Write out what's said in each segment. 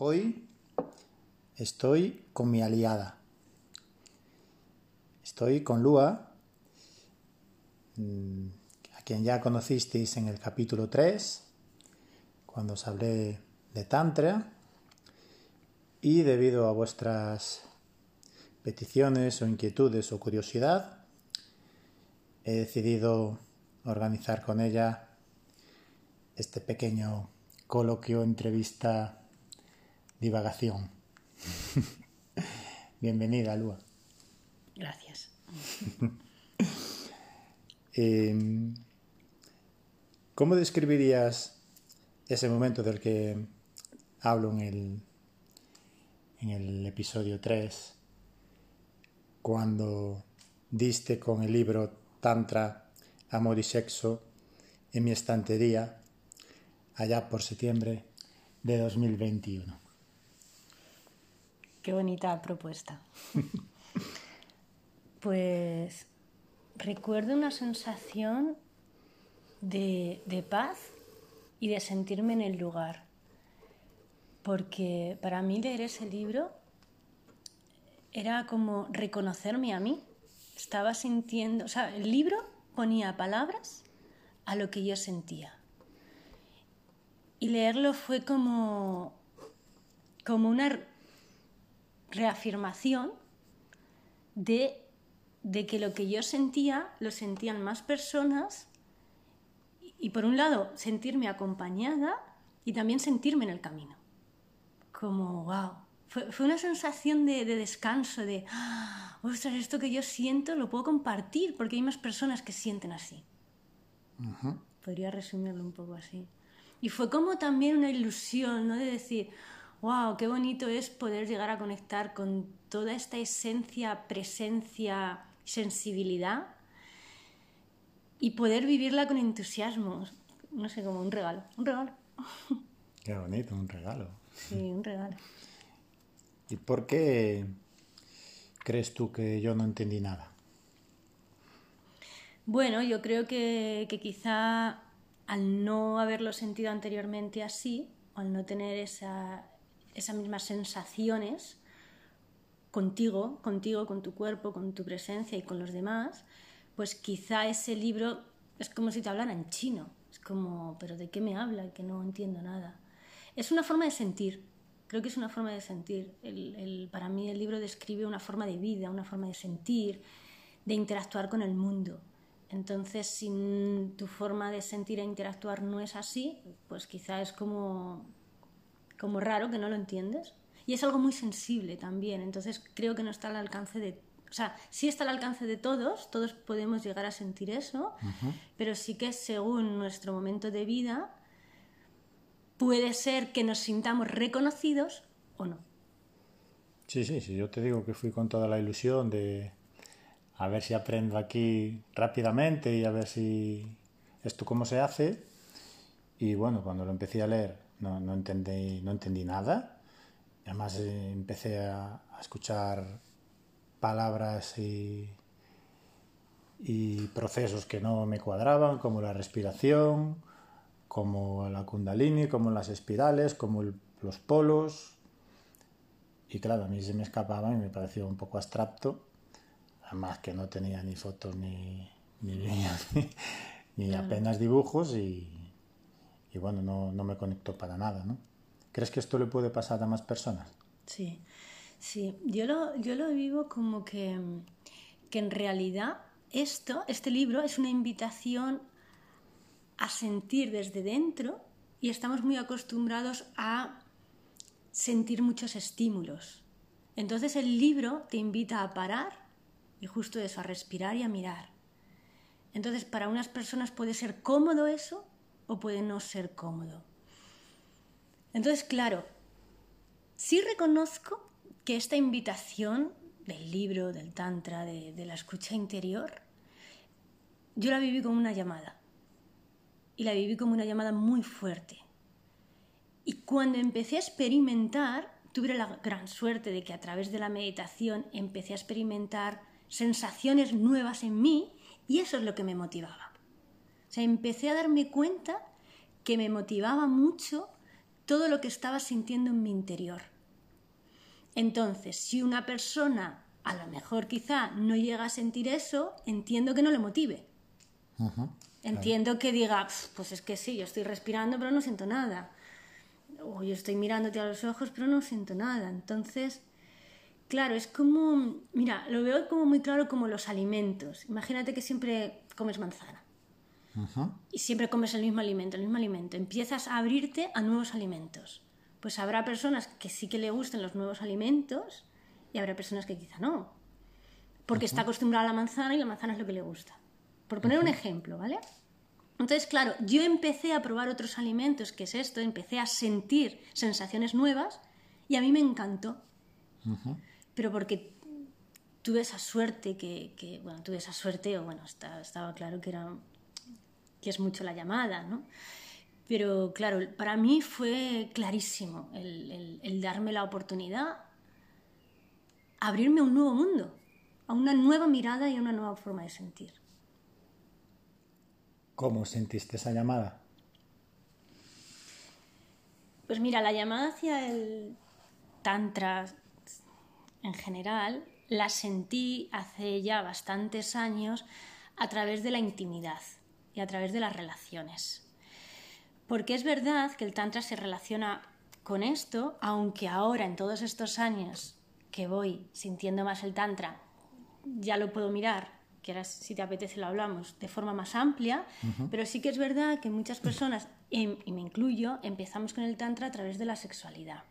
Hoy estoy con mi aliada. Estoy con Lua, a quien ya conocisteis en el capítulo 3, cuando os hablé de Tantra, y debido a vuestras peticiones o inquietudes o curiosidad, he decidido organizar con ella este pequeño coloquio, entrevista, divagación. Bienvenida, Lua. Gracias. ¿Cómo describirías ese momento del que hablo en el episodio 3, cuando diste con el libro Tantra, Amor y Sexo en mi estantería allá por septiembre de 2021? Qué bonita propuesta. Pues recuerdo una sensación de paz y de sentirme en el lugar. Porque para mí leer ese libro era como reconocerme a mí. Estaba sintiendo, el libro ponía palabras a lo que yo sentía. Y leerlo fue como una reafirmación de que lo que yo sentía lo sentían más personas y por un lado sentirme acompañada y también sentirme en el camino. Como wow, fue una sensación de descanso, de ostras, esto que yo siento lo puedo compartir porque hay más personas que sienten así. Uh-huh. Podría resumirlo un poco así. Y fue como también una ilusión, ¿no? De decir, wow, qué bonito es poder llegar a conectar con toda esta esencia, presencia, sensibilidad y poder vivirla con entusiasmo. No sé, como un regalo. Un regalo. Qué bonito, un regalo. Sí, un regalo. ¿Y por qué crees tú que yo no entendí nada? Bueno, yo creo que quizá al no haberlo sentido anteriormente así, o al no tener esas mismas sensaciones contigo, con tu cuerpo, con tu presencia y con los demás, pues quizá ese libro es como si te hablara en chino. Es como, ¿pero de qué me habla? Que no entiendo nada. Es una forma de sentir. Creo que es una forma de sentir. Para mí el libro describe una forma de vida, una forma de sentir, de interactuar con el mundo. Entonces, si tu forma de sentir e interactuar no es así, pues quizá es como raro, que no lo entiendes. Y es algo muy sensible también. Entonces, creo que no está al alcance de... O sea, sí está al alcance de todos podemos llegar a sentir eso, pero sí que según nuestro momento de vida puede ser que nos sintamos reconocidos o no. Sí, yo te digo que fui con toda la ilusión de a ver si aprendo aquí rápidamente y a ver si esto cómo se hace. Y bueno, cuando lo empecé a leer no entendí nada. Además empecé a escuchar palabras y procesos que no me cuadraban, como la respiración, como la kundalini, como las espirales, como los polos. Y claro, a mí se me escapaba y me pareció un poco abstracto. Además que no tenía ni fotos ni vídeos ni apenas dibujos y bueno, no me conectó para nada, ¿no? ¿Crees que esto le puede pasar a más personas? Sí. Yo lo vivo como que en realidad este libro es una invitación a sentir desde dentro y estamos muy acostumbrados a sentir muchos estímulos. Entonces el libro te invita a parar y justo eso, a respirar y a mirar. Entonces para unas personas puede ser cómodo eso o puede no ser cómodo. Entonces, claro, sí reconozco que esta invitación del libro, del tantra, de la escucha interior, yo la viví como una llamada. Y la viví como una llamada muy fuerte. Y cuando empecé a experimentar, tuve la gran suerte de que a través de la meditación empecé a experimentar sensaciones nuevas en mí y eso es lo que me motivaba. O sea, empecé a darme cuenta que me motivaba mucho todo lo que estaba sintiendo en mi interior. Entonces, si una persona a lo mejor quizá no llega a sentir eso, entiendo que no le motive. Entiendo que diga, pues es que sí, yo estoy respirando pero no siento nada. O yo estoy mirándote a los ojos pero no siento nada. Entonces, claro, es como, mira, lo veo como muy claro como los alimentos. Imagínate que siempre comes manzana. Y siempre comes el mismo alimento. Empiezas a abrirte a nuevos alimentos. Pues habrá personas que sí que le gusten los nuevos alimentos y habrá personas que quizá no. Porque está acostumbrada a la manzana y la manzana es lo que le gusta. Por poner un ejemplo, ¿vale? Entonces, claro, yo empecé a probar otros alimentos, que es esto, empecé a sentir sensaciones nuevas y a mí me encantó. Pero porque tuve esa suerte estaba claro que es mucho la llamada, ¿no? Pero claro, para mí fue clarísimo el darme la oportunidad, abrirme a un nuevo mundo, a una nueva mirada y a una nueva forma de sentir. ¿Cómo sentiste esa llamada? Pues mira, la llamada hacia el Tantra en general la sentí hace ya bastantes años a través de la intimidad y a través de las relaciones. Porque es verdad que el Tantra se relaciona con esto, aunque ahora en todos estos años que voy sintiendo más el Tantra, ya lo puedo mirar, que ahora si te apetece lo hablamos, de forma más amplia, pero sí que es verdad que muchas personas, y me incluyo, empezamos con el Tantra a través de la sexualidad.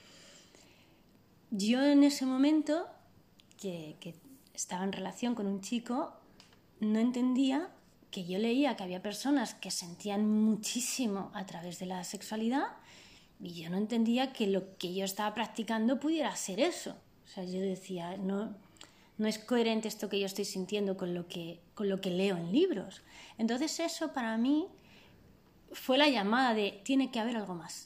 Yo en ese momento, que estaba en relación con un chico, no entendía que yo leía que había personas que sentían muchísimo a través de la sexualidad y yo no entendía que lo que yo estaba practicando pudiera ser eso. O sea, yo decía, no es coherente esto que yo estoy sintiendo con lo que leo en libros. Entonces eso para mí fue la llamada de tiene que haber algo más.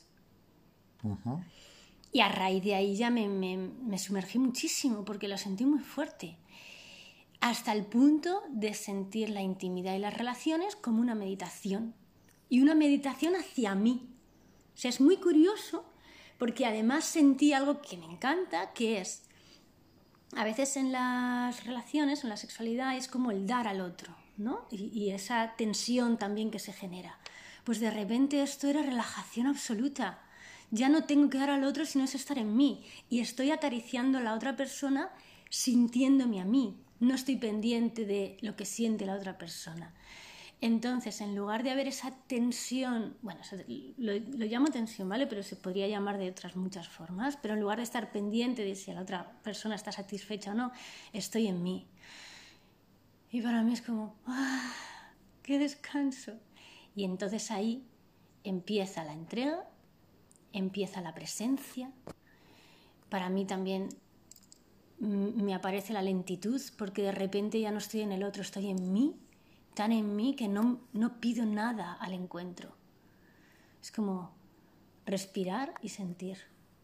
Y a raíz de ahí ya me sumergí muchísimo porque lo sentí muy fuerte. Hasta el punto de sentir la intimidad y las relaciones como una meditación. Y una meditación hacia mí. O sea, es muy curioso porque además sentí algo que me encanta, que es, a veces en las relaciones, en la sexualidad, es como el dar al otro, ¿no? Y esa tensión también que se genera. Pues de repente esto era relajación absoluta. Ya no tengo que dar al otro, sino es estar en mí. Y estoy acariciando a la otra persona sintiéndome a mí. No estoy pendiente de lo que siente la otra persona. Entonces, en lugar de haber esa tensión, bueno, lo llamo tensión, ¿vale? Pero se podría llamar de otras muchas formas, pero en lugar de estar pendiente de si la otra persona está satisfecha o no, estoy en mí. Y para mí es como, ¡ah! ¡Qué descanso! Y entonces ahí empieza la entrega, empieza la presencia. Para mí también me aparece la lentitud porque de repente ya no estoy en el otro, estoy en mí, tan en mí que no pido nada al encuentro. Es como respirar y sentir.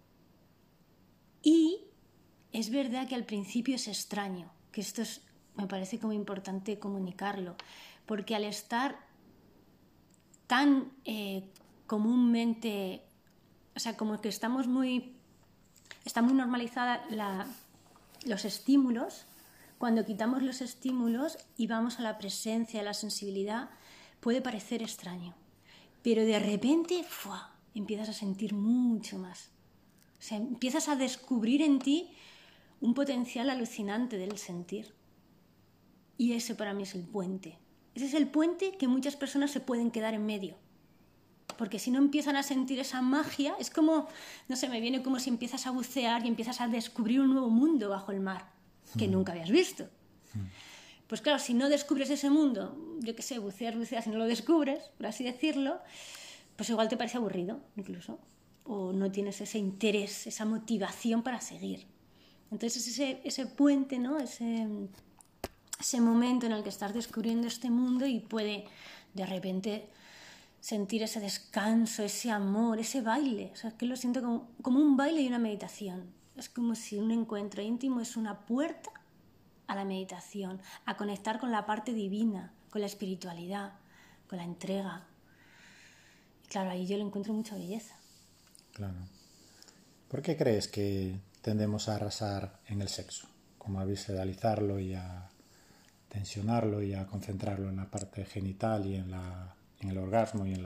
Y es verdad que al principio es extraño, que esto me parece como importante comunicarlo, porque al estar tan comúnmente, o sea, como que está muy normalizada los estímulos. Cuando quitamos los estímulos y vamos a la presencia, a la sensibilidad, puede parecer extraño. Pero de repente, ¡fua!, empiezas a sentir mucho más. O sea, empiezas a descubrir en ti un potencial alucinante del sentir. Y ese para mí es el puente. Ese es el puente que muchas personas se pueden quedar en medio. Porque si no empiezan a sentir esa magia, es como, no sé, me viene como si empiezas a bucear y empiezas a descubrir un nuevo mundo bajo el mar que nunca habías visto. Pues claro, si no descubres ese mundo, yo qué sé, buceas, si no lo descubres, por así decirlo, pues igual te parece aburrido incluso, o no tienes ese interés, esa motivación para seguir. Entonces ese puente, ¿no? Ese momento en el que estás descubriendo este mundo y puede de repente sentir ese descanso, ese amor, ese baile. O sea, es que lo siento como un baile y una meditación. Es como si un encuentro íntimo es una puerta a la meditación, a conectar con la parte divina, con la espiritualidad, con la entrega. Y claro, ahí yo le encuentro mucha belleza. Claro. ¿Por qué crees que tendemos a arrasar en el sexo? Como a visceralizarlo y a tensionarlo y a concentrarlo en la parte genital y en el orgasmo y en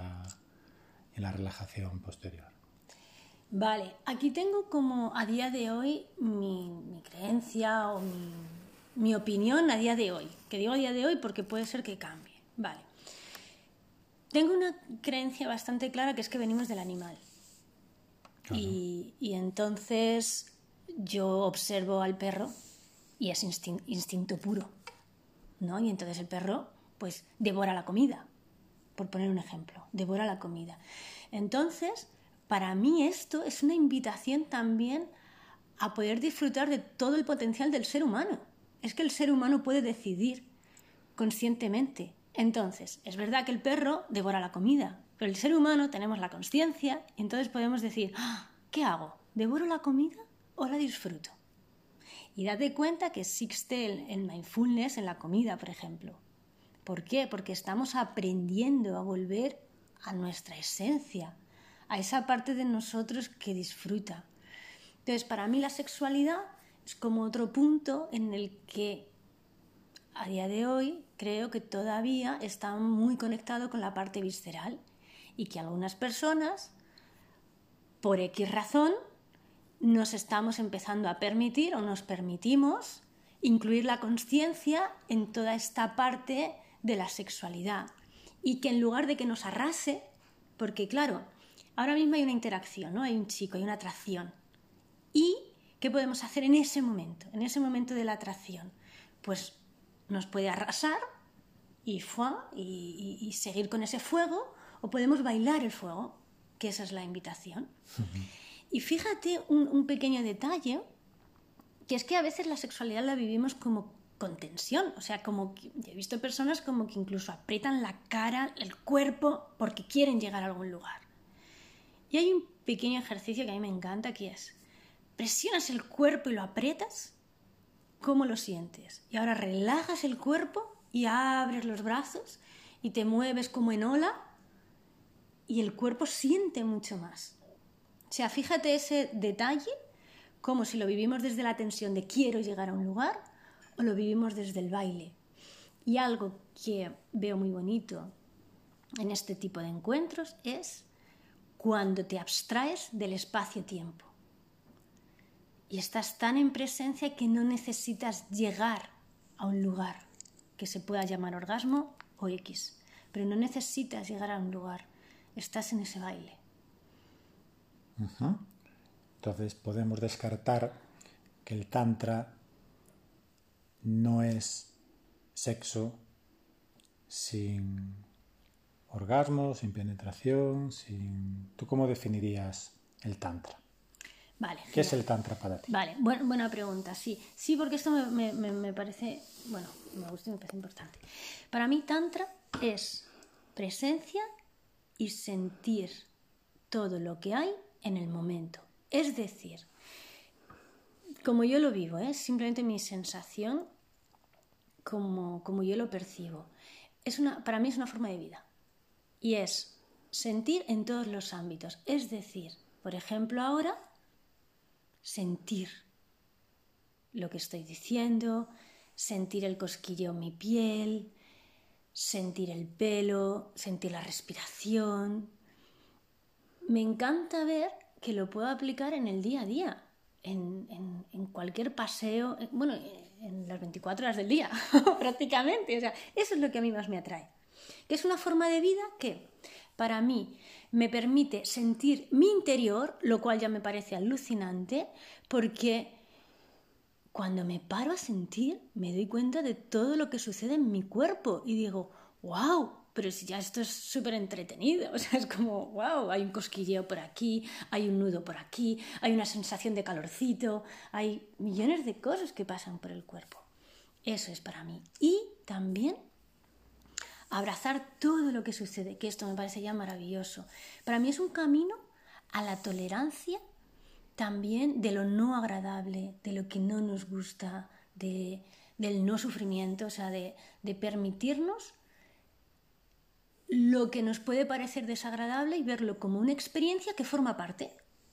la relajación posterior. Vale, aquí tengo como a día de hoy mi creencia o mi opinión a día de hoy. Que digo a día de hoy porque puede ser que cambie. Vale. Tengo una creencia bastante clara que es que venimos del animal. Claro. Y entonces yo observo al perro y es instinto puro, ¿no? Y entonces el perro pues devora la comida, por poner un ejemplo, devora la comida. Entonces, para mí esto es una invitación también a poder disfrutar de todo el potencial del ser humano. Es que el ser humano puede decidir conscientemente. Entonces, es verdad que el perro devora la comida, pero el ser humano tenemos la consciencia y entonces podemos decir, ¿qué hago? ¿Devoro la comida o la disfruto? Y date cuenta que existe el mindfulness en la comida, por ejemplo. ¿Por qué? Porque estamos aprendiendo a volver a nuestra esencia, a esa parte de nosotros que disfruta. Entonces, para mí la sexualidad es como otro punto en el que a día de hoy creo que todavía está muy conectado con la parte visceral y que algunas personas, por X razón, nos estamos empezando a permitir o nos permitimos incluir la consciencia en toda esta parte de la sexualidad y que en lugar de que nos arrase, porque claro, ahora mismo hay una interacción, ¿no? Hay un chico, hay una atracción. ¿Y qué podemos hacer en ese momento de la atracción? Pues nos puede arrasar y seguir con ese fuego, o podemos bailar el fuego, que esa es la invitación. Y fíjate un pequeño detalle, que es que a veces la sexualidad la vivimos como con tensión, o sea, como que he visto personas como que incluso aprietan la cara, el cuerpo, porque quieren llegar a algún lugar. Y hay un pequeño ejercicio que a mí me encanta, que es, presionas el cuerpo y lo aprietas, ¿cómo lo sientes? Y ahora relajas el cuerpo y abres los brazos y te mueves como en ola y el cuerpo siente mucho más. O sea, fíjate ese detalle, como si lo vivimos desde la tensión de quiero llegar a un lugar o lo vivimos desde el baile. Y algo que veo muy bonito en este tipo de encuentros es cuando te abstraes del espacio-tiempo y estás tan en presencia que no necesitas llegar a un lugar que se pueda llamar orgasmo o X, pero no necesitas llegar a un lugar, estás en ese baile. Uh-huh. Entonces podemos descartar que el tantra no es sexo sin orgasmo, sin penetración, sin... ¿Tú cómo definirías el tantra? Vale, ¿Qué es el tantra para ti? Vale, buena pregunta, sí. Sí, porque esto me parece, bueno, me gusta y me parece importante. Para mí tantra es presencia y sentir todo lo que hay en el momento. Es decir, como yo lo vivo, simplemente mi sensación, como yo lo percibo. Para mí es una forma de vida. Y es sentir en todos los ámbitos. Es decir, por ejemplo, ahora, sentir lo que estoy diciendo, sentir el cosquilleo en mi piel, sentir el pelo, sentir la respiración. Me encanta ver que lo puedo aplicar en el día a día, en cualquier paseo, en las 24 horas del día, prácticamente. O sea, eso es lo que a mí más me atrae. Que es una forma de vida que, para mí, me permite sentir mi interior, lo cual ya me parece alucinante, porque cuando me paro a sentir, me doy cuenta de todo lo que sucede en mi cuerpo y digo, ¡wow! Pero si ya esto es súper entretenido, o sea, es como, wow, hay un cosquilleo por aquí, hay un nudo por aquí, hay una sensación de calorcito, hay millones de cosas que pasan por el cuerpo. Eso es para mí. Y también abrazar todo lo que sucede, que esto me parece ya maravilloso. Para mí es un camino a la tolerancia también de lo no agradable, de lo que no nos gusta, del no sufrimiento, o sea, de permitirnos lo que nos puede parecer desagradable y verlo como una experiencia que forma parte.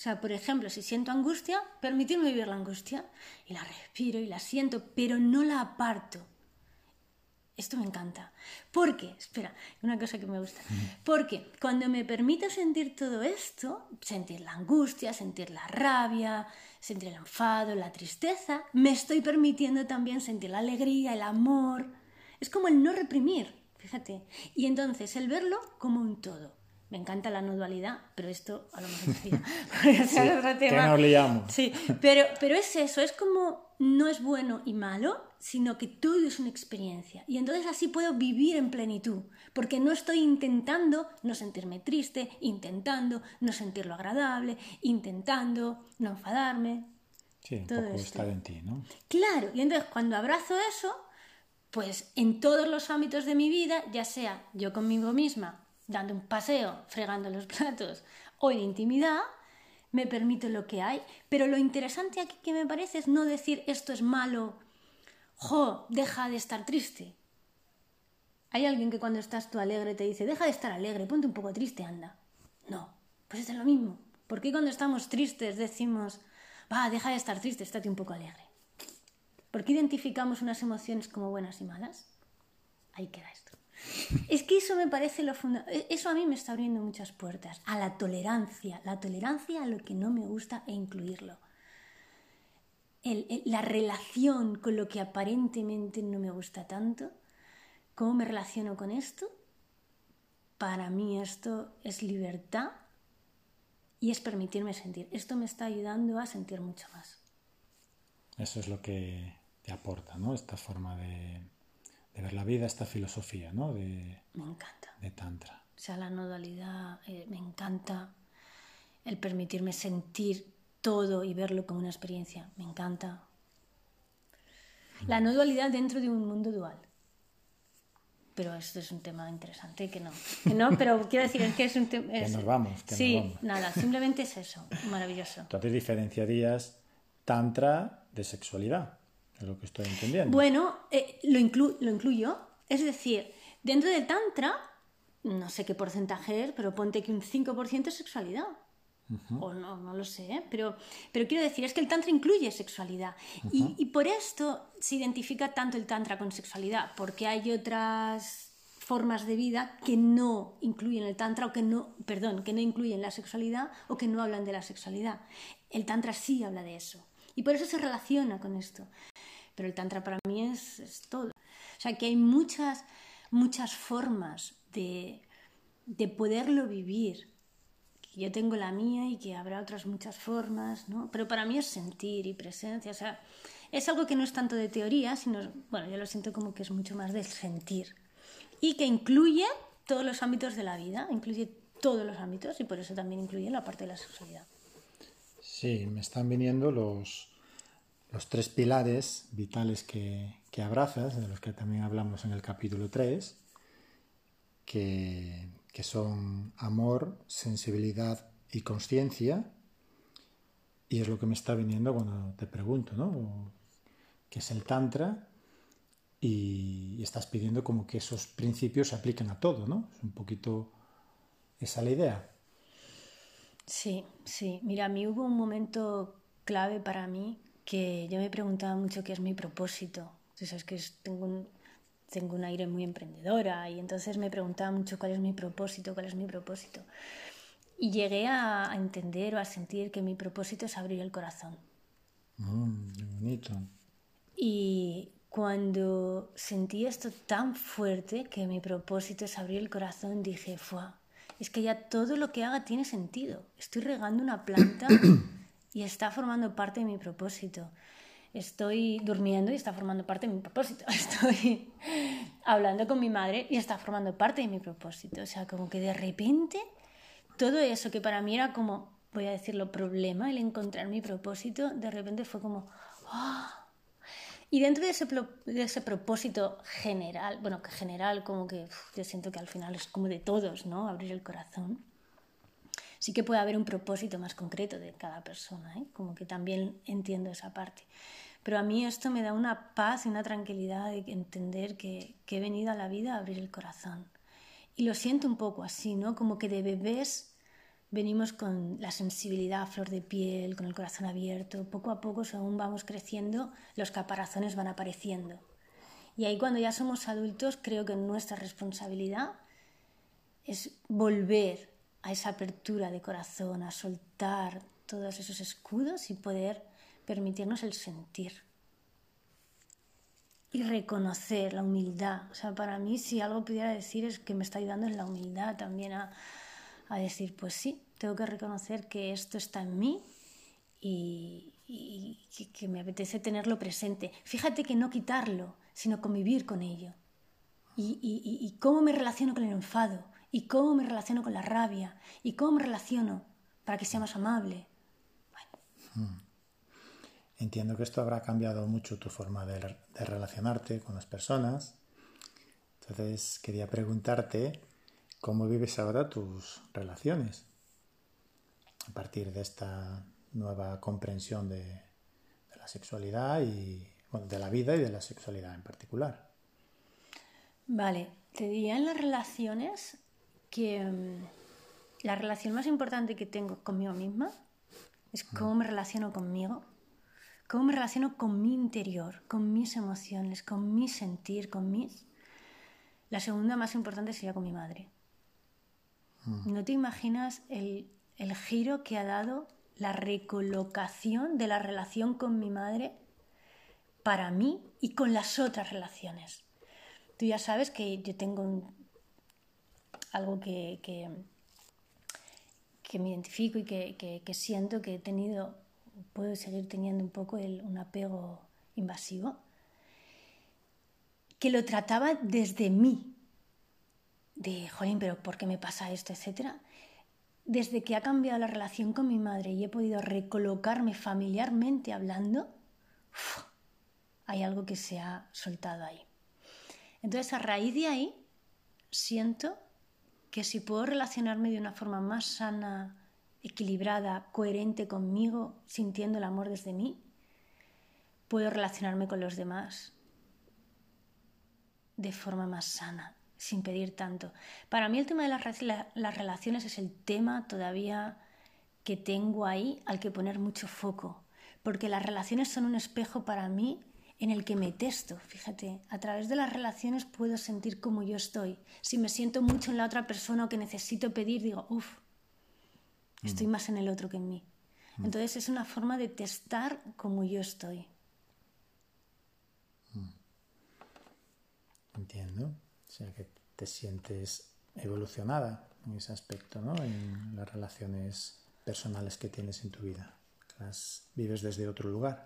sea, por ejemplo, si siento angustia, permitirme vivir la angustia y la respiro y la siento, pero no la aparto. Esto me encanta. Porque, espera, una cosa que me gusta. Porque cuando me permito sentir todo esto, sentir la angustia, sentir la rabia, sentir el enfado, la tristeza, me estoy permitiendo también sentir la alegría, el amor. Es como el no reprimir, fíjate. Y entonces el verlo como un todo. Me encanta la no dualidad, pero esto a lo mejor sí, es otro tema. Que nos liamos. Sí, pero es eso, es como no es bueno y malo, sino que todo es una experiencia. Y entonces así puedo vivir en plenitud, porque no estoy intentando no sentirme triste, intentando no sentirlo agradable, intentando no enfadarme. Sí, un poco estar en ti, ¿no? Claro, y entonces cuando abrazo eso, pues en todos los ámbitos de mi vida, ya sea yo conmigo misma, dando un paseo, fregando los platos o en intimidad, me permito lo que hay. Pero lo interesante aquí que me parece es no decir esto es malo, deja de estar triste. Hay alguien que cuando estás tú alegre te dice, deja de estar alegre, ponte un poco triste, anda. No, pues es lo mismo. ¿Por qué cuando estamos tristes decimos, deja de estar triste, estate un poco alegre? ¿Por qué identificamos unas emociones como buenas y malas? Ahí queda esto. Es que eso me parece lo fundamental. Eso a mí me está abriendo muchas puertas. A la tolerancia a lo que no me gusta e incluirlo. La relación con lo que aparentemente no me gusta tanto. ¿Cómo me relaciono con esto? Para mí esto es libertad y es permitirme sentir. Esto me está ayudando a sentir mucho más. Eso es lo que te aporta, ¿no? Esta forma de ver la vida, esta filosofía, ¿no? Me encanta. De Tantra. O sea, la no dualidad, me encanta. El permitirme sentir todo y verlo como una experiencia, me encanta. La no dualidad dentro de un mundo dual. Pero esto es un tema interesante que no, pero quiero decir, es que es un tema... Que nos vamos. Sí, nada, simplemente es eso, maravilloso. Entonces diferenciarías Tantra de sexualidad, es lo que estoy entendiendo. Bueno, lo incluyo, es decir, dentro del Tantra, no sé qué porcentaje es, pero ponte que un 5% es sexualidad. O no lo sé, pero quiero decir, es que el Tantra incluye sexualidad. Y por esto se identifica tanto el Tantra con sexualidad, porque hay otras formas de vida que no incluyen el Tantra o que no incluyen la sexualidad o que no hablan de la sexualidad. El Tantra sí habla de eso. Y por eso se relaciona con esto. Pero el Tantra para mí es todo. O sea, que hay muchas formas de poderlo vivir. Yo tengo la mía y que habrá otras muchas formas, ¿no? Pero para mí es sentir y presencia, o sea, es algo que no es tanto de teoría, sino, bueno, yo lo siento como que es mucho más del sentir y que incluye todos los ámbitos de la vida, incluye todos los ámbitos y por eso también incluye la parte de la sexualidad. Sí, me están viniendo los 3 pilares vitales que abrazas, de los que también hablamos en el capítulo 3, que son amor, sensibilidad y consciencia, y es lo que me está viniendo cuando te pregunto, ¿no? ¿Qué es el Tantra? Y estás pidiendo como que esos principios se apliquen a todo, ¿no? Es un poquito esa la idea. Sí. Mira, a mí hubo un momento clave para mí que yo me preguntaba mucho qué es mi propósito. Tú sabes que tengo un aire muy emprendedora y entonces me preguntaba mucho cuál es mi propósito. Y llegué a entender o a sentir que mi propósito es abrir el corazón. Qué bonito. Y cuando sentí esto tan fuerte, que mi propósito es abrir el corazón, dije, es que ya todo lo que haga tiene sentido. Estoy regando una planta y está formando parte de mi propósito. Estoy durmiendo y está formando parte de mi propósito. Estoy hablando con mi madre y está formando parte de mi propósito. O sea, como que de repente todo eso que para mí era como, voy a decirlo, problema, el encontrar mi propósito, de repente fue como... Y dentro de ese propósito general, como que yo siento que al final es como de todos, ¿no? Abrir el corazón. Sí que puede haber un propósito más concreto de cada persona, ¿eh? Como que también entiendo esa parte. Pero a mí esto me da una paz y una tranquilidad de entender que he venido a la vida a abrir el corazón. Y lo siento un poco así, ¿no? Como que de bebés venimos con la sensibilidad a flor de piel, con el corazón abierto. Poco a poco, según vamos creciendo, los caparazones van apareciendo. Y ahí cuando ya somos adultos, creo que nuestra responsabilidad es volver a esa apertura de corazón, a soltar todos esos escudos y poder permitirnos el sentir. Y reconocer la humildad. O sea, para mí, si algo pudiera decir, es que me está ayudando en la humildad también a decir, pues sí, tengo que reconocer que esto está en mí y que me apetece tenerlo presente. Fíjate que no quitarlo, sino convivir con ello. Y cómo me relaciono con el enfado, y cómo me relaciono con la rabia, y cómo me relaciono para que sea más amable. Bueno. Entiendo que esto habrá cambiado mucho tu forma de relacionarte con las personas. Entonces quería preguntarte cómo vives ahora tus relaciones a partir de esta nueva comprensión de la sexualidad y bueno, de la vida y de la sexualidad en particular. Vale, te diría en las relaciones que la relación más importante que tengo conmigo misma es cómo me relaciono conmigo, cómo me relaciono con mi interior, con mis emociones, con mi sentir, con mis... La segunda más importante sería con mi madre. No te imaginas el giro que ha dado la recolocación de la relación con mi madre para mí y con las otras relaciones. Tú ya sabes que yo tengo algo que me identifico y que siento que he tenido, puedo seguir teniendo un poco un apego invasivo, que lo trataba desde mí, de, jolín, pero ¿por qué me pasa esto?, etcétera. Desde que ha cambiado la relación con mi madre y he podido recolocarme familiarmente hablando, hay algo que se ha soltado ahí. Entonces, a raíz de ahí, siento que si puedo relacionarme de una forma más sana, equilibrada, coherente conmigo, sintiendo el amor desde mí, puedo relacionarme con los demás de forma más sana, sin pedir tanto. Para mí el tema de las relaciones es el tema todavía que tengo ahí al que poner mucho foco, porque las relaciones son un espejo para mí en el que me testo. Fíjate, a través de las relaciones puedo sentir cómo yo estoy. Si me siento mucho en la otra persona o que necesito pedir, digo, estoy más en el otro que en mí. Entonces es una forma de testar cómo yo estoy. Entiendo. O sea, que te sientes evolucionada en ese aspecto, ¿no? En las relaciones personales que tienes en tu vida. Las vives desde otro lugar.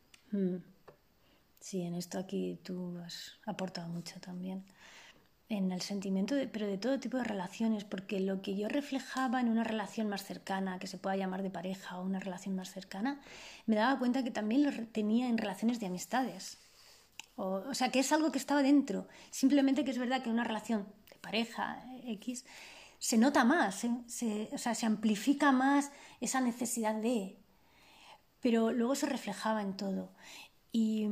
Sí, en esto aquí tú has aportado mucho también. En el sentimiento, pero de todo tipo de relaciones, porque lo que yo reflejaba en una relación más cercana, que se pueda llamar de pareja o una relación más cercana, me daba cuenta que también lo tenía en relaciones de amistades. O sea, que es algo que estaba dentro. Simplemente que es verdad que en una relación de pareja X se nota más, o sea, se amplifica más esa necesidad de... Pero luego se reflejaba en todo. Y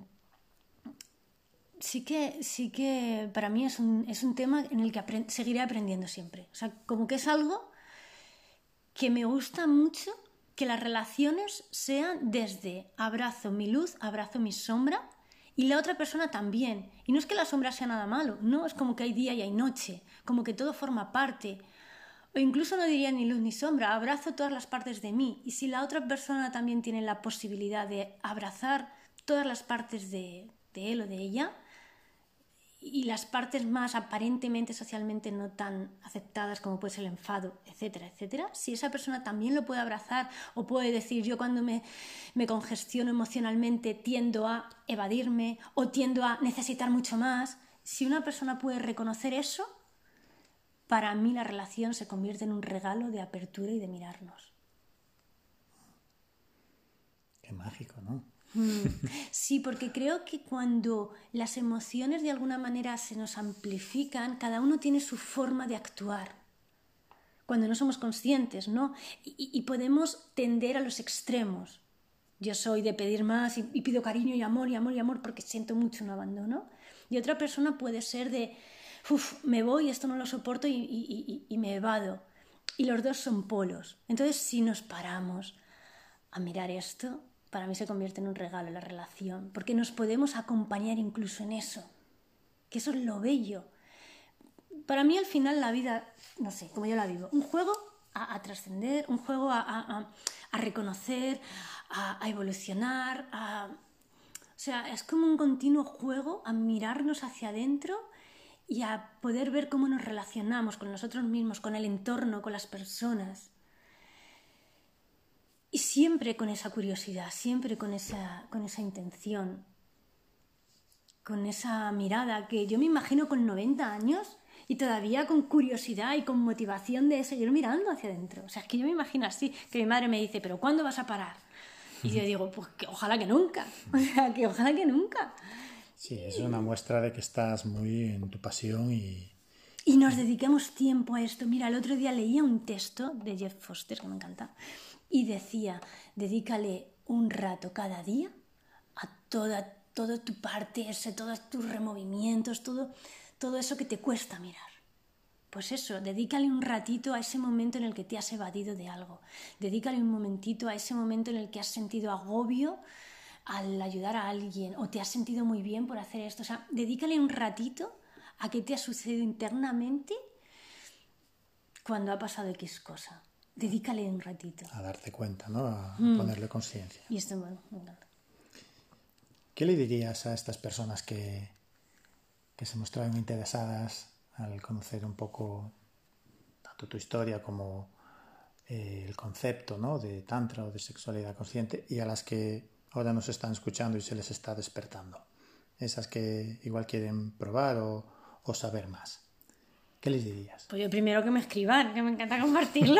sí que para mí es un tema en el que seguiré aprendiendo siempre. O sea, como que es algo que me gusta mucho, que las relaciones sean desde abrazo mi luz, abrazo mi sombra, y la otra persona también. Y no es que la sombra sea nada malo, no, es como que hay día y hay noche, como que todo forma parte. O incluso no diría ni luz ni sombra, abrazo todas las partes de mí. Y si la otra persona también tiene la posibilidad de abrazar todas las partes de él o de ella, y las partes más aparentemente socialmente no tan aceptadas como puede ser el enfado, etcétera, etcétera, si esa persona también lo puede abrazar o puede decir, yo cuando me congestiono emocionalmente tiendo a evadirme o tiendo a necesitar mucho más, si una persona puede reconocer eso, para mí la relación se convierte en un regalo de apertura y de mirarnos. Qué mágico, ¿no? Sí, porque creo que cuando las emociones de alguna manera se nos amplifican, cada uno tiene su forma de actuar. Cuando no somos conscientes, ¿no? Y podemos tender a los extremos. Yo soy de pedir más y pido cariño y amor y amor y amor porque siento mucho un abandono. Y otra persona puede ser de, me voy, esto no lo soporto y me evado. y los dos son polos. Entonces, si nos paramos a mirar esto, para mí se convierte en un regalo la relación, porque nos podemos acompañar incluso en eso, que eso es lo bello. Para mí al final la vida, no sé, como yo la vivo, un juego a trascender, un juego a reconocer, a evolucionar, o sea, es como un continuo juego a mirarnos hacia adentro y a poder ver cómo nos relacionamos con nosotros mismos, con el entorno, con las personas. Y siempre con esa curiosidad, siempre con esa intención, con esa mirada que yo me imagino con 90 años y todavía con curiosidad y con motivación de seguir mirando hacia adentro. O sea, es que yo me imagino así, que mi madre me dice, ¿pero cuándo vas a parar? Y yo digo, pues que ojalá que nunca. O sea, que ojalá que nunca. Sí, es una muestra de que estás muy en tu pasión y nos dedicamos tiempo a esto. Mira, el otro día leía un texto de Jeff Foster, que me encanta, y decía, dedícale un rato cada día a toda tu parte, todos tus removimientos, todo eso que te cuesta mirar. Pues eso, dedícale un ratito a ese momento en el que te has evadido de algo. Dedícale un momentito a ese momento en el que has sentido agobio al ayudar a alguien o te has sentido muy bien por hacer esto. O sea, dedícale un ratito a qué te ha sucedido internamente cuando ha pasado X cosa. Dedícale un ratito. A darte cuenta, ¿no? A ponerle conciencia. Y esto, bueno, me encanta. ¿Qué le dirías a estas personas que se mostraron interesadas al conocer un poco tanto tu historia como el concepto, ¿no? de tantra o de sexualidad consciente, y a las que ahora nos están escuchando y se les está despertando? Esas que igual quieren probar o saber más. ¿Qué les dirías? Pues yo primero que me escriban, que me encanta compartirlo.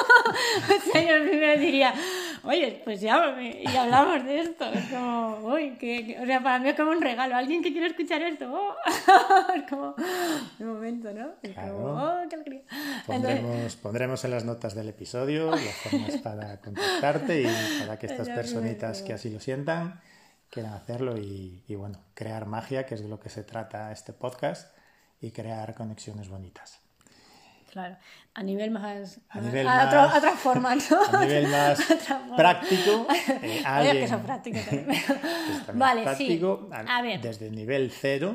O sea, yo primero diría, oye, pues ya hablamos de esto. Es como, uy, o sea, para mí es como un regalo. Alguien que quiere escuchar esto, oh. Es como, de momento, ¿no? Es claro. como, oh, qué alegría. Pondremos en las notas del episodio las formas para contactarte y para que estas personitas que así lo sientan quieran hacerlo y bueno, crear magia, que es de lo que se trata este podcast, y crear conexiones bonitas. Claro, a nivel más... otra forma, ¿no? A nivel más práctico. Oye, que son prácticos también. Vale, práctico, sí. A ver. Desde el nivel 0,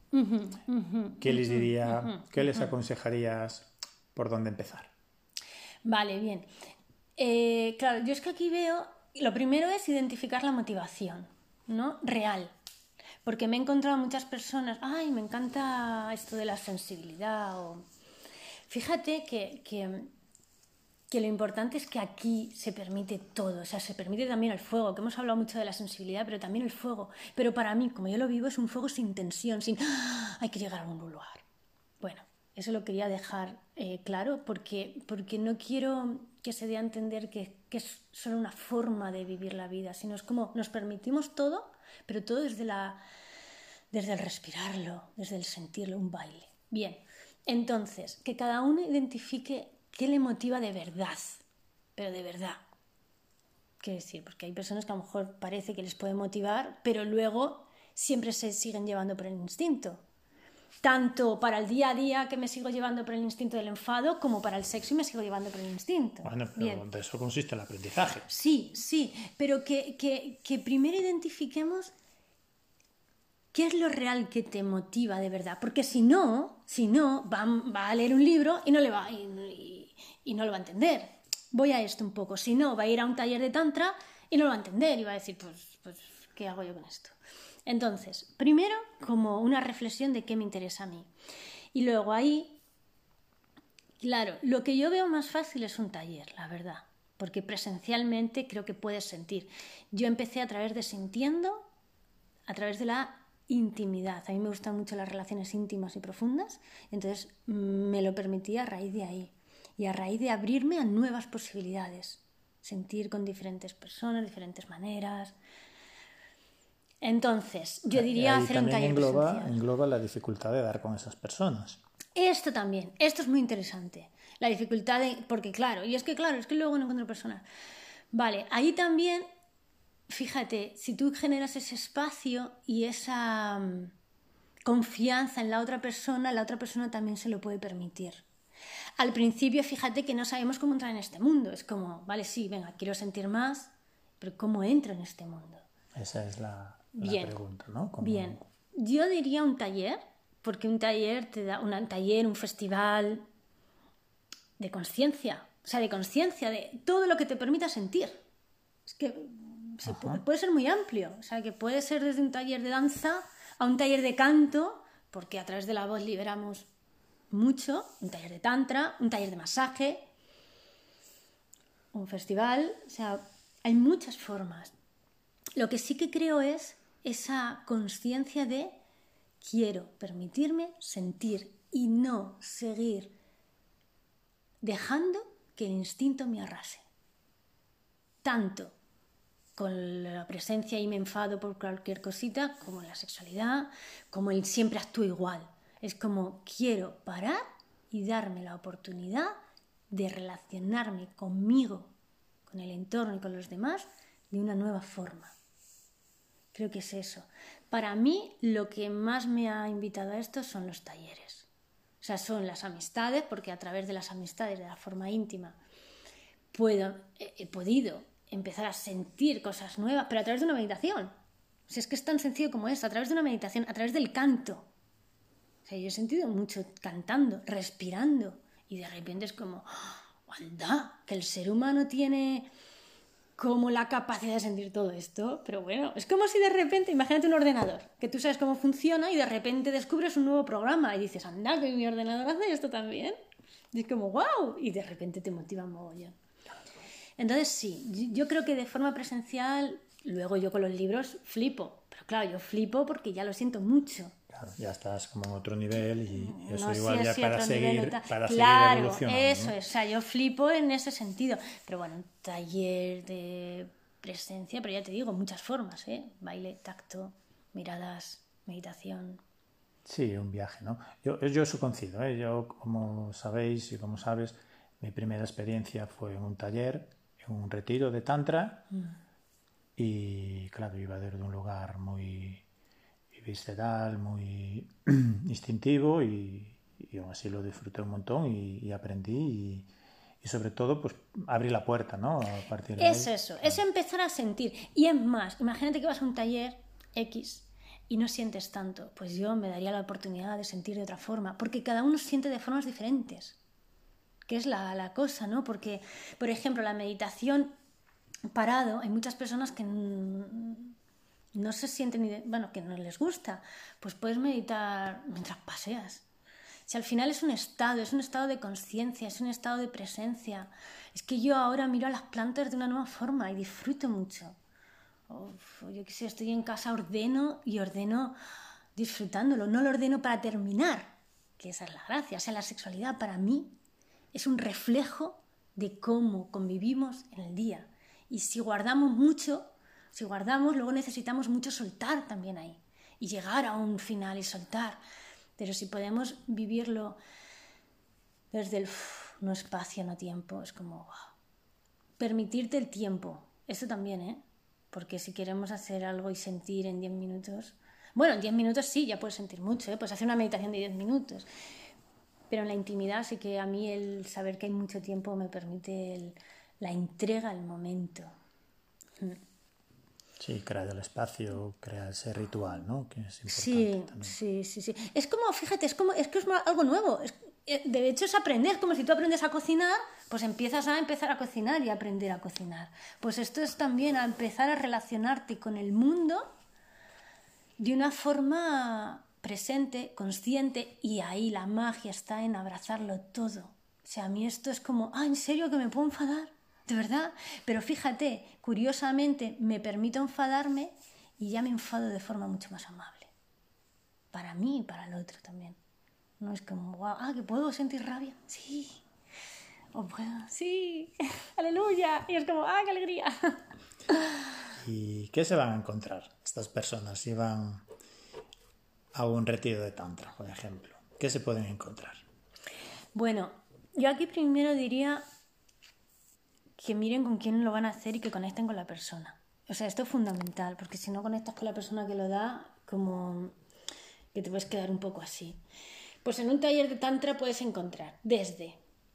¿qué les diría, qué les aconsejarías por dónde empezar? Vale, bien. Claro, yo es que aquí veo... Lo primero es identificar la motivación, ¿no? Real. Porque me he encontrado muchas personas, ay, me encanta esto de la sensibilidad. Fíjate que lo importante es que aquí se permite todo, o sea, se permite también el fuego, que hemos hablado mucho de la sensibilidad, pero también el fuego. Pero para mí, como yo lo vivo, es un fuego sin tensión, sin, hay que llegar a un lugar. Bueno, eso lo quería dejar claro porque no quiero que se dé a entender que es solo una forma de vivir la vida, sino es como nos permitimos todo, pero todo desde el respirarlo, desde el sentirlo, un baile. Bien, entonces, que cada uno identifique qué le motiva de verdad, pero de verdad. Quiero decir, porque hay personas que a lo mejor parece que les puede motivar, pero luego siempre se siguen llevando por el instinto. Tanto para el día a día, que me sigo llevando por el instinto del enfado, como para el sexo y me sigo llevando por el instinto. Bueno, pero bien. De eso consiste el aprendizaje. Sí, pero que primero identifiquemos qué es lo real que te motiva de verdad. Porque si no va a leer un libro y no lo va a entender. Voy a esto un poco. Si no, va a ir a un taller de tantra y no lo va a entender. Y va a decir, pues ¿qué hago yo con esto? Entonces, primero, como una reflexión de qué me interesa a mí. Y luego ahí, claro, lo que yo veo más fácil es un taller, la verdad. Porque presencialmente creo que puedes sentir. Yo empecé a través de sintiendo, a través de la intimidad. A mí me gustan mucho las relaciones íntimas y profundas, entonces me lo permití a raíz de ahí. Y a raíz de abrirme a nuevas posibilidades. Sentir con diferentes personas, diferentes maneras. Entonces, yo diría hacer un taller presencial. Engloba la dificultad de dar con esas personas. Esto también, esto es muy interesante. La dificultad porque claro, es que luego no encuentro personas. Vale, ahí también, fíjate, si tú generas ese espacio y esa confianza en la otra persona también se lo puede permitir. al principio, fíjate que no sabemos cómo entrar en este mundo. Es como, vale, sí, venga, quiero sentir más, pero ¿cómo entro en este mundo? Esa es la Bien, pregunta, ¿no? bien. Yo diría un taller, porque un taller te da un festival de conciencia, o sea, de conciencia, de todo lo que te permita sentir. Es que puede ser muy amplio, o sea, que puede ser desde un taller de danza a un taller de canto, porque a través de la voz liberamos mucho, un taller de tantra, un taller de masaje, un festival, o sea, hay muchas formas. Lo que sí que creo es esa conciencia de quiero permitirme sentir y no seguir dejando que el instinto me arrase. Tanto con la presencia y me enfado por cualquier cosita, como en la sexualidad, como el siempre actúo igual. Es como quiero parar y darme la oportunidad de relacionarme conmigo, con el entorno y con los demás de una nueva forma. Creo que es eso. Para mí, lo que más me ha invitado a esto son los talleres. O sea, son las amistades, porque a través de las amistades, de la forma íntima, he podido empezar a sentir cosas nuevas, pero a través de una meditación. O sea, es que es tan sencillo como eso, a través de una meditación, a través del canto. O sea, yo he sentido mucho cantando, respirando, y de repente es como, ¡anda! Que el ser humano tiene como la capacidad de sentir todo esto, pero bueno, es como si de repente, imagínate un ordenador, que tú sabes cómo funciona y de repente descubres un nuevo programa y dices, anda, que mi ordenador hace esto también. Y es como, ¡wow! Y de repente te motiva mogollón. Entonces sí, yo creo que de forma presencial, luego yo con los libros flipo, pero claro, yo flipo porque ya lo siento mucho. Claro, ya estás como en otro nivel y eso No igual sé ya si para otro seguir, nivel para seguir claro, evolucionando, eso ¿no? es, o sea, yo flipo en ese sentido, pero bueno, un taller de presencia, pero ya te digo, muchas formas, ¿eh? Baile, tacto, miradas, meditación. Sí, un viaje, ¿no? Yo eso coincido, ¿eh? Yo, como sabéis y como sabes, mi primera experiencia fue en un taller, en un retiro de Tantra, y claro, iba desde un lugar muy visceral, muy instintivo, y aún así lo disfruté un montón y aprendí y sobre todo pues abrí la puerta, ¿no? A partir de Es ahí. eso, es empezar a sentir. Y es más, imagínate que vas a un taller X y no sientes tanto, pues yo me daría la oportunidad de sentir de otra forma, porque cada uno siente de formas diferentes, que es la cosa, ¿no? Porque, por ejemplo, la meditación parado, hay muchas personas que no se sienten, bueno, que no les gusta, pues puedes meditar mientras paseas. Si al final es un estado de conciencia, es un estado de presencia. Es que yo ahora miro a las plantas de una nueva forma y disfruto mucho. Yo qué sé, estoy en casa, ordeno disfrutándolo, no lo ordeno para terminar, que esa es la gracia. O sea, la sexualidad para mí es un reflejo de cómo convivimos en el día. Y si guardamos mucho, luego necesitamos mucho soltar también ahí. Y llegar a un final y soltar. Pero si podemos vivirlo desde el no espacio, no tiempo, es como wow. Permitirte el tiempo, eso también, ¿eh? Porque si queremos hacer algo y sentir en 10 minutos, bueno, en 10 minutos sí, ya puedes sentir mucho, ¿eh? Puedes hacer una meditación de 10 minutos, pero en la intimidad sí que a mí el saber que hay mucho tiempo me permite la entrega al momento. Sí, crear el espacio, crear ese ritual, ¿no? Que es importante Sí, también. sí. Es como, fíjate, es algo nuevo. De hecho, es aprender. Como si tú aprendes a cocinar, pues empiezas a empezar a cocinar y a aprender a cocinar. Pues esto es también a empezar a relacionarte con el mundo de una forma presente, consciente, y ahí la magia está en abrazarlo todo. O sea, a mí esto es como, ¿en serio que me puedo enfadar? ¿De verdad? Pero fíjate, curiosamente me permito enfadarme y ya me enfado de forma mucho más amable. Para mí y para el otro también. No es como, que puedo sentir rabia. Sí. O puedo, sí. Aleluya. Y es como, qué alegría. ¿Y qué se van a encontrar estas personas si van a un retiro de Tantra, por ejemplo? ¿Qué se pueden encontrar? Bueno, yo aquí primero diría que miren con quién lo van a hacer y que conecten con la persona. O sea, esto es fundamental, porque si no conectas con la persona que lo da, como que te puedes quedar un poco así. Pues en un taller de Tantra puedes encontrar desde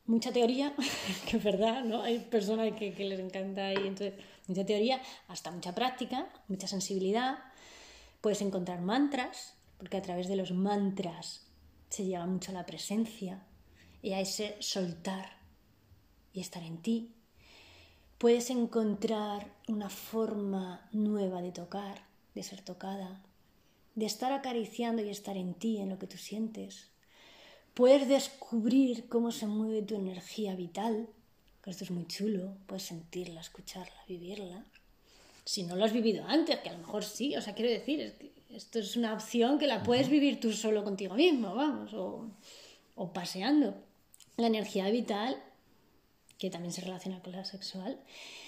mucha teoría, que es verdad, ¿no? Hay personas que les encanta y entonces mucha teoría, hasta mucha práctica, mucha sensibilidad. Puedes encontrar mantras, porque a través de los mantras se llega mucho a la presencia y a ese soltar y estar en ti. Puedes encontrar una forma nueva de tocar, de ser tocada, de estar acariciando y estar en ti, en lo que tú sientes. Puedes descubrir cómo se mueve tu energía vital, que esto es muy chulo, puedes sentirla, escucharla, vivirla. Si no lo has vivido antes, que a lo mejor sí, o sea, quiero decir, es que esto es una opción que la puedes vivir tú solo contigo mismo, vamos, o paseando. La energía vital, que también se relaciona con la sexual,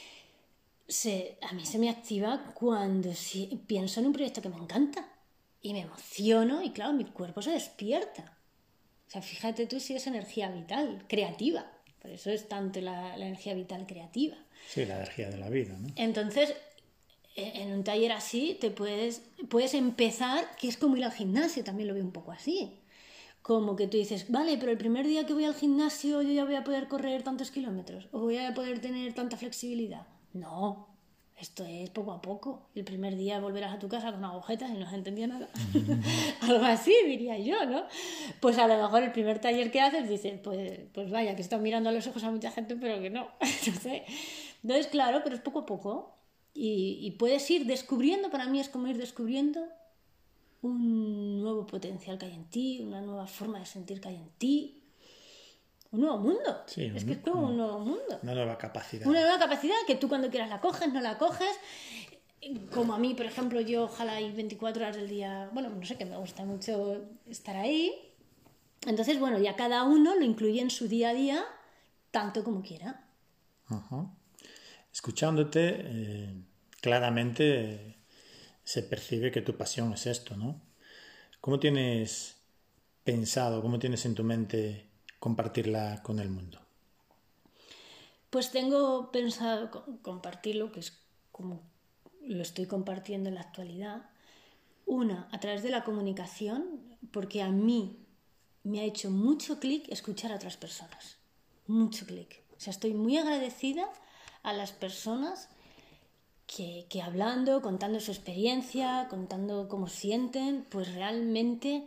a mí se me activa cuando pienso en un proyecto que me encanta y me emociono y claro, mi cuerpo se despierta. O sea, fíjate tú si es energía vital, creativa. Por eso es tanto la energía vital creativa. Sí, la energía de la vida, ¿no? Entonces, en un taller así te puedes empezar, que es como ir al gimnasio, también lo veo un poco así. Como que tú dices, vale, pero el primer día que voy al gimnasio yo ya voy a poder correr tantos kilómetros o voy a poder tener tanta flexibilidad. No, esto es poco a poco. El primer día volverás a tu casa con agujetas y no has entendido nada. Algo así diría yo, ¿no? Pues a lo mejor el primer taller que haces dices, pues vaya, que están mirando a los ojos a mucha gente, pero que no. No sé. Entonces, claro, pero es poco a poco. Y puedes ir descubriendo, para mí es como ir descubriendo un nuevo potencial que hay en ti, una nueva forma de sentir que hay en ti, un nuevo mundo. Sí, es que es como un nuevo mundo. Una nueva capacidad. Una nueva capacidad que tú cuando quieras la coges, no la coges. Como a mí, por ejemplo, yo ojalá hay 24 horas del día, bueno, no sé, que me gusta mucho estar ahí. Entonces, bueno, ya cada uno lo incluye en su día a día tanto como quiera. Uh-huh. Escuchándote, claramente se percibe que tu pasión es esto, ¿no? ¿Cómo tienes pensado, cómo tienes en tu mente compartirla con el mundo? Pues tengo pensado compartirlo, que es como lo estoy compartiendo en la actualidad. Una, a través de la comunicación, porque a mí me ha hecho mucho clic escuchar a otras personas. Mucho clic. O sea, estoy muy agradecida a las personas que hablando, contando su experiencia, contando cómo sienten, pues realmente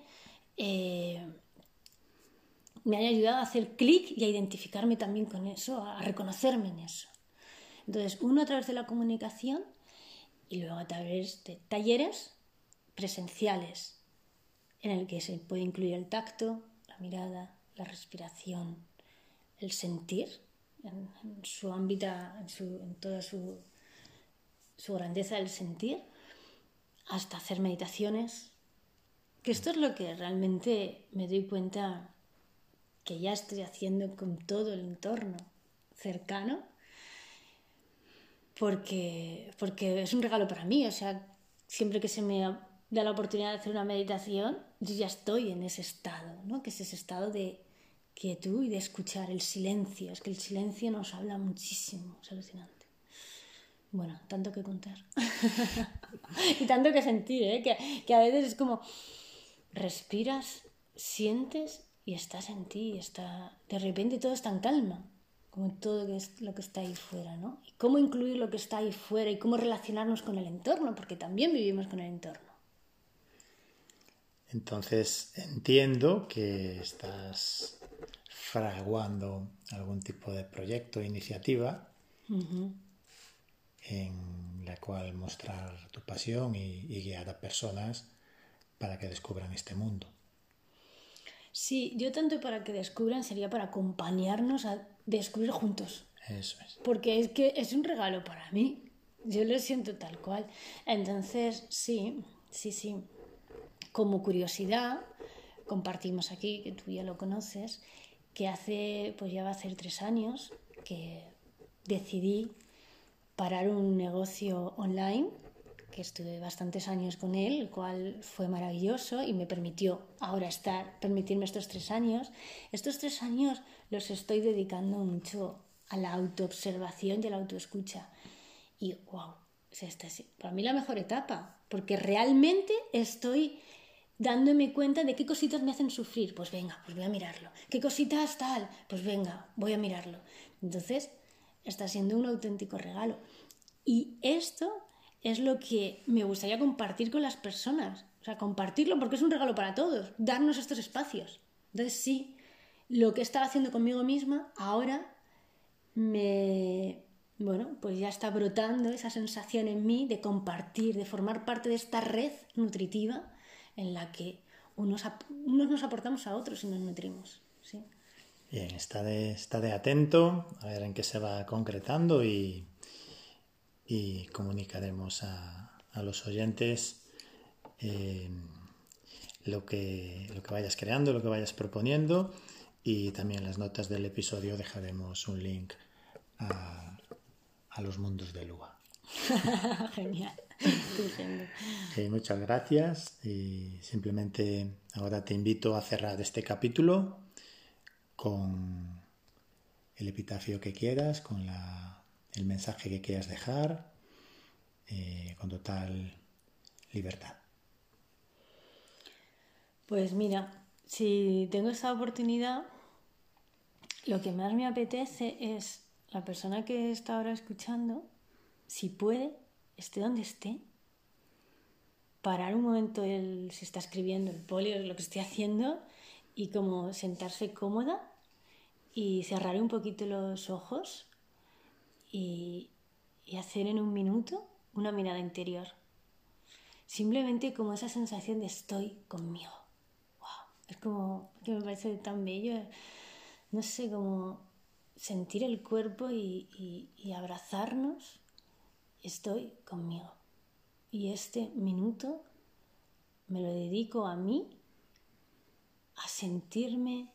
me han ayudado a hacer clic y a identificarme también con eso, a reconocerme en eso. Entonces, uno a través de la comunicación y luego a través de talleres presenciales en el que se puede incluir el tacto, la mirada, la respiración, el sentir en su ámbito, en toda su grandeza del sentir, hasta hacer meditaciones. Que esto es lo que realmente me doy cuenta que ya estoy haciendo con todo el entorno cercano, porque es un regalo para mí. O sea, siempre que se me da la oportunidad de hacer una meditación, yo ya estoy en ese estado, ¿no? Que es ese estado de quietud y de escuchar el silencio. Es que el silencio nos habla muchísimo, es alucinante. Bueno, tanto que contar. Y tanto que sentir, ¿eh? Que a veces es como respiras, sientes y estás en ti. De repente todo está en calma, como todo lo que está ahí fuera, ¿no? Y cómo incluir lo que está ahí fuera y cómo relacionarnos con el entorno, porque también vivimos con el entorno. Entonces entiendo que estás fraguando algún tipo de proyecto o iniciativa en la cual mostrar tu pasión y guiar a personas para que descubran este mundo. Sí, yo tanto para que descubran sería para acompañarnos a descubrir juntos. Eso es. Porque es que es un regalo para mí. Yo lo siento tal cual. Entonces, sí. Como curiosidad, compartimos aquí, que tú ya lo conoces, que ya va a hacer 3 años que decidí parar un negocio online, que estuve bastantes años con él, el cual fue maravilloso y me permitió ahora permitirme estos 3 años. Estos 3 años los estoy dedicando mucho a la autoobservación y a la autoescucha. Y wow, esta es para mí la mejor etapa, porque realmente estoy dándome cuenta de qué cositas me hacen sufrir. Pues venga, pues voy a mirarlo. ¿Qué cositas tal? Pues venga, voy a mirarlo. Entonces, está siendo un auténtico regalo. Y esto es lo que me gustaría compartir con las personas. O sea, compartirlo porque es un regalo para todos, darnos estos espacios. Entonces, sí, lo que estaba haciendo conmigo misma, ahora pues ya está brotando esa sensación en mí de compartir, de formar parte de esta red nutritiva en la que unos nos aportamos a otros y nos nutrimos. ¿Sí? Bien, está de atento a ver en qué se va concretando y comunicaremos a los oyentes lo que vayas creando, lo que vayas proponiendo, y también en las notas del episodio dejaremos un link a los mundos de Lua. Genial, estupendo. Muchas gracias, y simplemente ahora te invito a cerrar este capítulo con el epitafio que quieras, con el mensaje que quieras dejar, con total libertad. Pues mira, si tengo esta oportunidad, lo que más me apetece es la persona que está ahora escuchando, si puede, esté donde esté, parar un momento si está escribiendo el poli o lo que esté haciendo, y como sentarse cómoda y cerrar un poquito los ojos y hacer en un minuto una mirada interior. Simplemente como esa sensación de estoy conmigo. Wow. Es como que me parece tan bello. No sé, como sentir el cuerpo y abrazarnos. Estoy conmigo. Y este minuto me lo dedico a mí, a sentirme,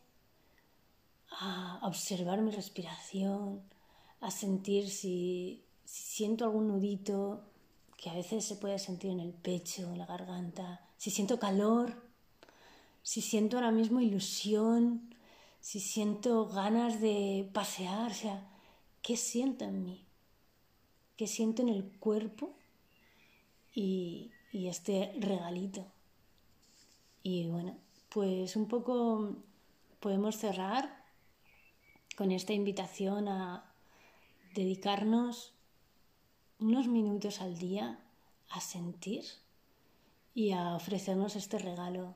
a observar mi respiración, a sentir si siento algún nudito que a veces se puede sentir en el pecho, en la garganta, si siento calor, si siento ahora mismo ilusión, si siento ganas de pasear, o sea, ¿qué siento en mí? ¿Qué siento en el cuerpo? Y este regalito. Y bueno, pues un poco podemos cerrar con esta invitación a dedicarnos unos minutos al día a sentir y a ofrecernos este regalo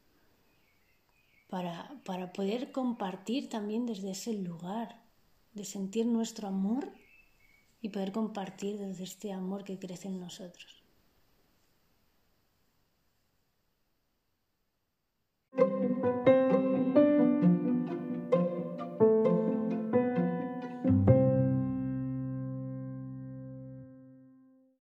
para poder compartir también desde ese lugar de sentir nuestro amor y poder compartir desde este amor que crece en nosotros.